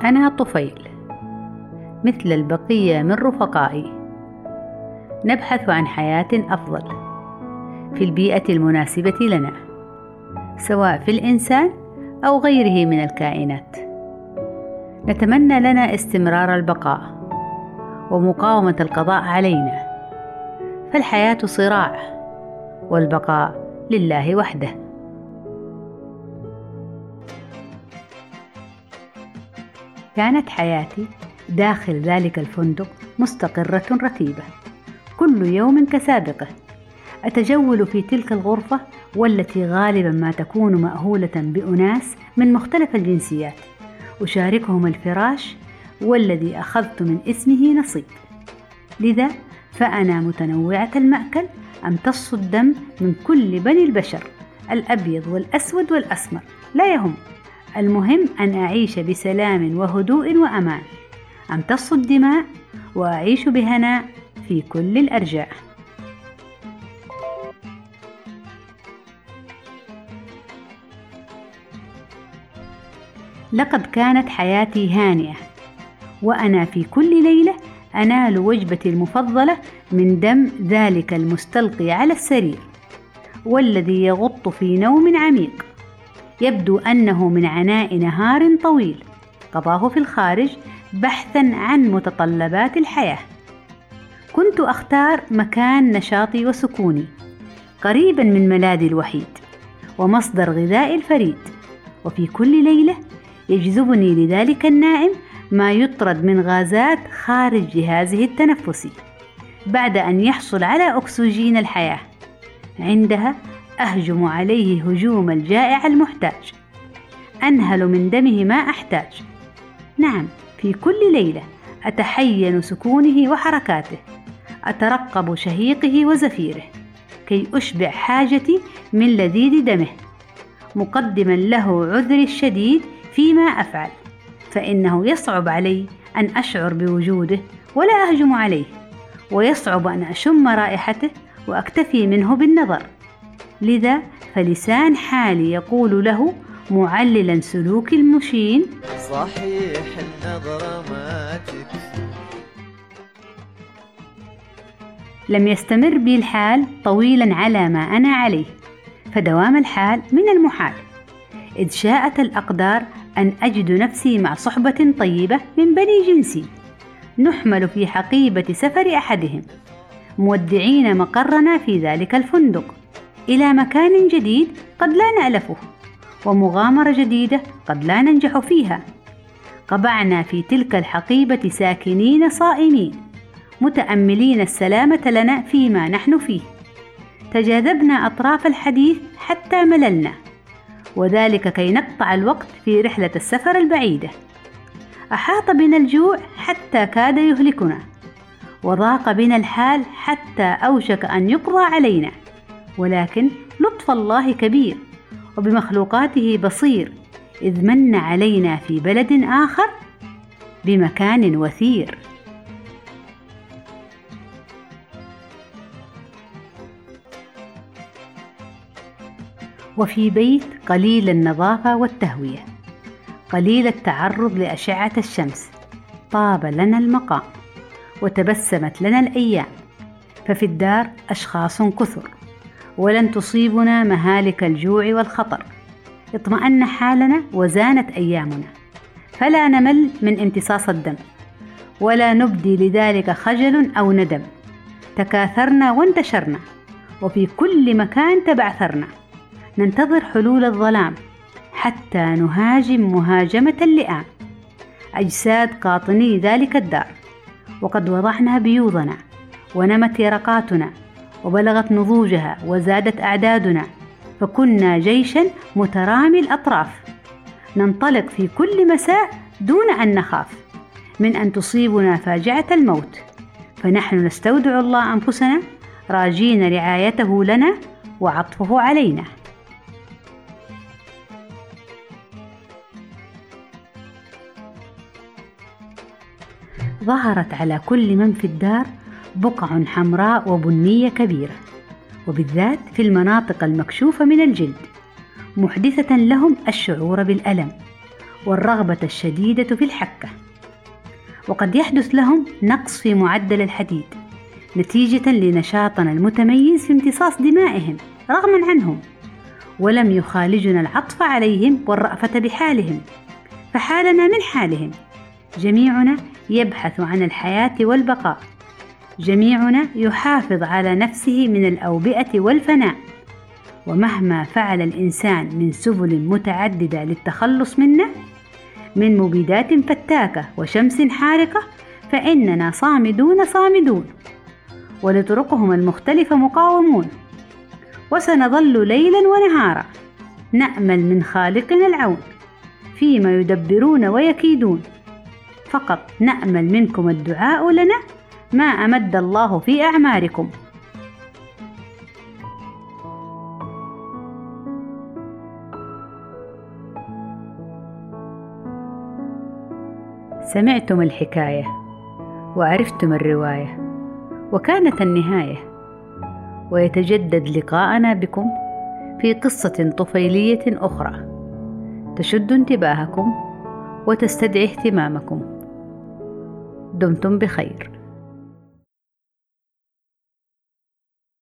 أنا طفيل مثل البقية من رفقائي، نبحث عن حياة أفضل في البيئة المناسبة لنا، سواء في الإنسان أو غيره من الكائنات. نتمنى لنا استمرار البقاء ومقاومة القضاء علينا، فالحياة صراع والبقاء لله وحده. كانت حياتي داخل ذلك الفندق مستقرة رتيبة، كل يوم كسابقه. أتجول في تلك الغرفة والتي غالبا ما تكون مأهولة بأناس من مختلف الجنسيات، أشاركهم الفراش والذي أخذت من اسمه نصيب. لذا فأنا متنوعة المأكل، أمتص الدم من كل بني البشر، الأبيض والأسود والأسمر لا يهم، المهم أن أعيش بسلام وهدوء وأمان، أمتص الدماء وأعيش بهناء في كل الأرجاء. لقد كانت حياتي هانئة، وأنا في كل ليلة أنال وجبتي المفضلة من دم ذلك المستلقي على السرير، والذي يغط في نوم عميق، يبدو أنه من عناء نهار طويل قضاه في الخارج بحثا عن متطلبات الحياة. كنت أختار مكان نشاطي وسكوني، قريبا من ملاذي الوحيد ومصدر غذائي الفريد، وفي كل ليلة يجذبني لذلك النائم ما يطرد من غازات خارج جهازه التنفسي بعد أن يحصل على أكسجين الحياة. عندها أهجم عليه هجوم الجائع المحتاج، أنهل من دمه ما أحتاج. نعم، في كل ليلة أتحين سكونه وحركاته، أترقب شهيقه وزفيره كي أشبع حاجتي من لذيذ دمه، مقدما له عذري الشديد فيما أفعل، فإنه يصعب علي أن أشعر بوجوده ولا أهجم عليه، ويصعب أن أشم رائحته وأكتفي منه بالنظر. لذا فلسان حالي يقول له معللا سلوك المشين: صحيح النظرة ما تكفي. لم يستمر بي الحال طويلا على ما أنا عليه، فدوام الحال من المحال، إذ شاءت الأقدار أن أجد نفسي مع صحبة طيبة من بني جنسي، نحمل في حقيبة سفر أحدهم، مودعين مقرنا في ذلك الفندق إلى مكان جديد قد لا نألفه، ومغامرة جديدة قد لا ننجح فيها. قبعنا في تلك الحقيبة ساكنين صائمين، متأملين السلامة لنا فيما نحن فيه. تجاذبنا أطراف الحديث حتى مللنا، وذلك كي نقطع الوقت في رحلة السفر البعيدة. أحاط بنا الجوع حتى كاد يهلكنا، وضاق بنا الحال حتى أوشك أن يقضى علينا، ولكن لطف الله كبير وبمخلوقاته بصير، إذ من علينا في بلد آخر بمكان وثير. وفي بيت قليل النظافة والتهوية، قليل التعرض لأشعة الشمس، طاب لنا المقام وتبسمت لنا الأيام. ففي الدار أشخاص كثر، ولن تصيبنا مهالك الجوع والخطر. اطمأن حالنا وزانت أيامنا، فلا نمل من امتصاص الدم، ولا نبدي لذلك خجل أو ندم. تكاثرنا وانتشرنا، وفي كل مكان تبعثرنا، ننتظر حلول الظلام حتى نهاجم مهاجمة اللئام. أجساد قاطني ذلك الدار، وقد وضعنا بيوضنا، ونمت يرقاتنا، وبلغت نضوجها، وزادت أعدادنا، فكنا جيشا مترامي الأطراف، ننطلق في كل مساء دون أن نخاف من أن تصيبنا فاجعة الموت، فنحن نستودع الله أنفسنا راجين رعايته لنا وعطفه علينا. ظهرت على كل من في الدار بقع حمراء وبنية كبيرة، وبالذات في المناطق المكشوفة من الجلد، محدثة لهم الشعور بالألم، والرغبة الشديدة في الحكة، وقد يحدث لهم نقص في معدل الحديد نتيجة لنشاطنا المتميز في امتصاص دمائهم رغما عنهم، ولم يخالجنا العطف عليهم والرأفة بحالهم، فحالنا من حالهم. جميعنا يبحث عن الحياة والبقاء، جميعنا يحافظ على نفسه من الأوبئة والفناء، ومهما فعل الإنسان من سبل متعددة للتخلص منه، من مبيدات فتاكة وشمس حارقة، فإننا صامدون ولطرقهم المختلفة مقاومون، وسنظل ليلا ونهارا نأمل من خالقنا العون فيما يدبرون ويكيدون، فقط نأمل منكم الدعاء لنا ما أمد الله في أعماركم. سمعتم الحكاية وعرفتم الرواية، وكانت النهاية، ويتجدد لقاءنا بكم في قصة طفيلية أخرى تشد انتباهكم وتستدعي اهتمامكم. دمتم بخير.